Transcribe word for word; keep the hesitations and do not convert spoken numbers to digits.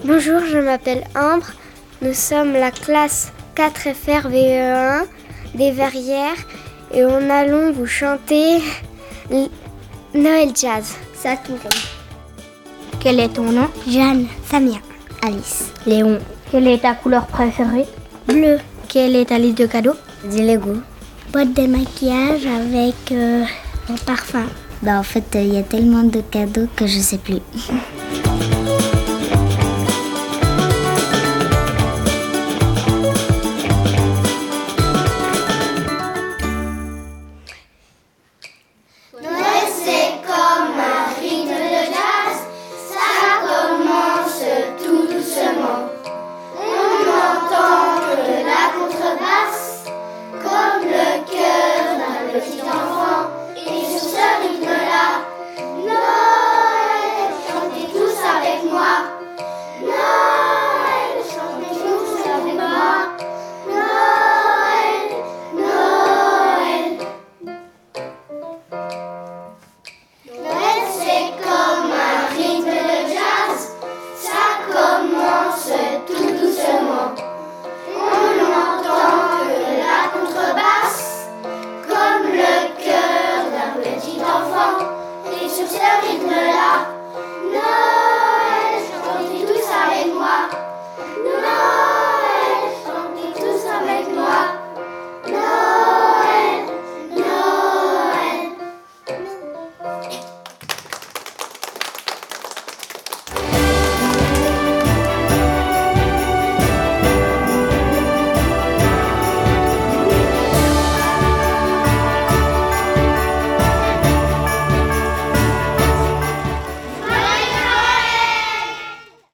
Bonjour, je m'appelle Ambre. Nous sommes la classe quatre F R V E un des Verrières et on allons vous chanter Noël Jazz. Ça tourne. Quel est ton nom? Jeanne. Samia. Alice. Léon. Quelle est ta couleur préférée? Bleu. Quelle est ta liste de cadeaux? Des Lego. Boîte de maquillage avec euh, un parfum. Bah en fait, il euh, y a tellement de cadeaux que je sais plus.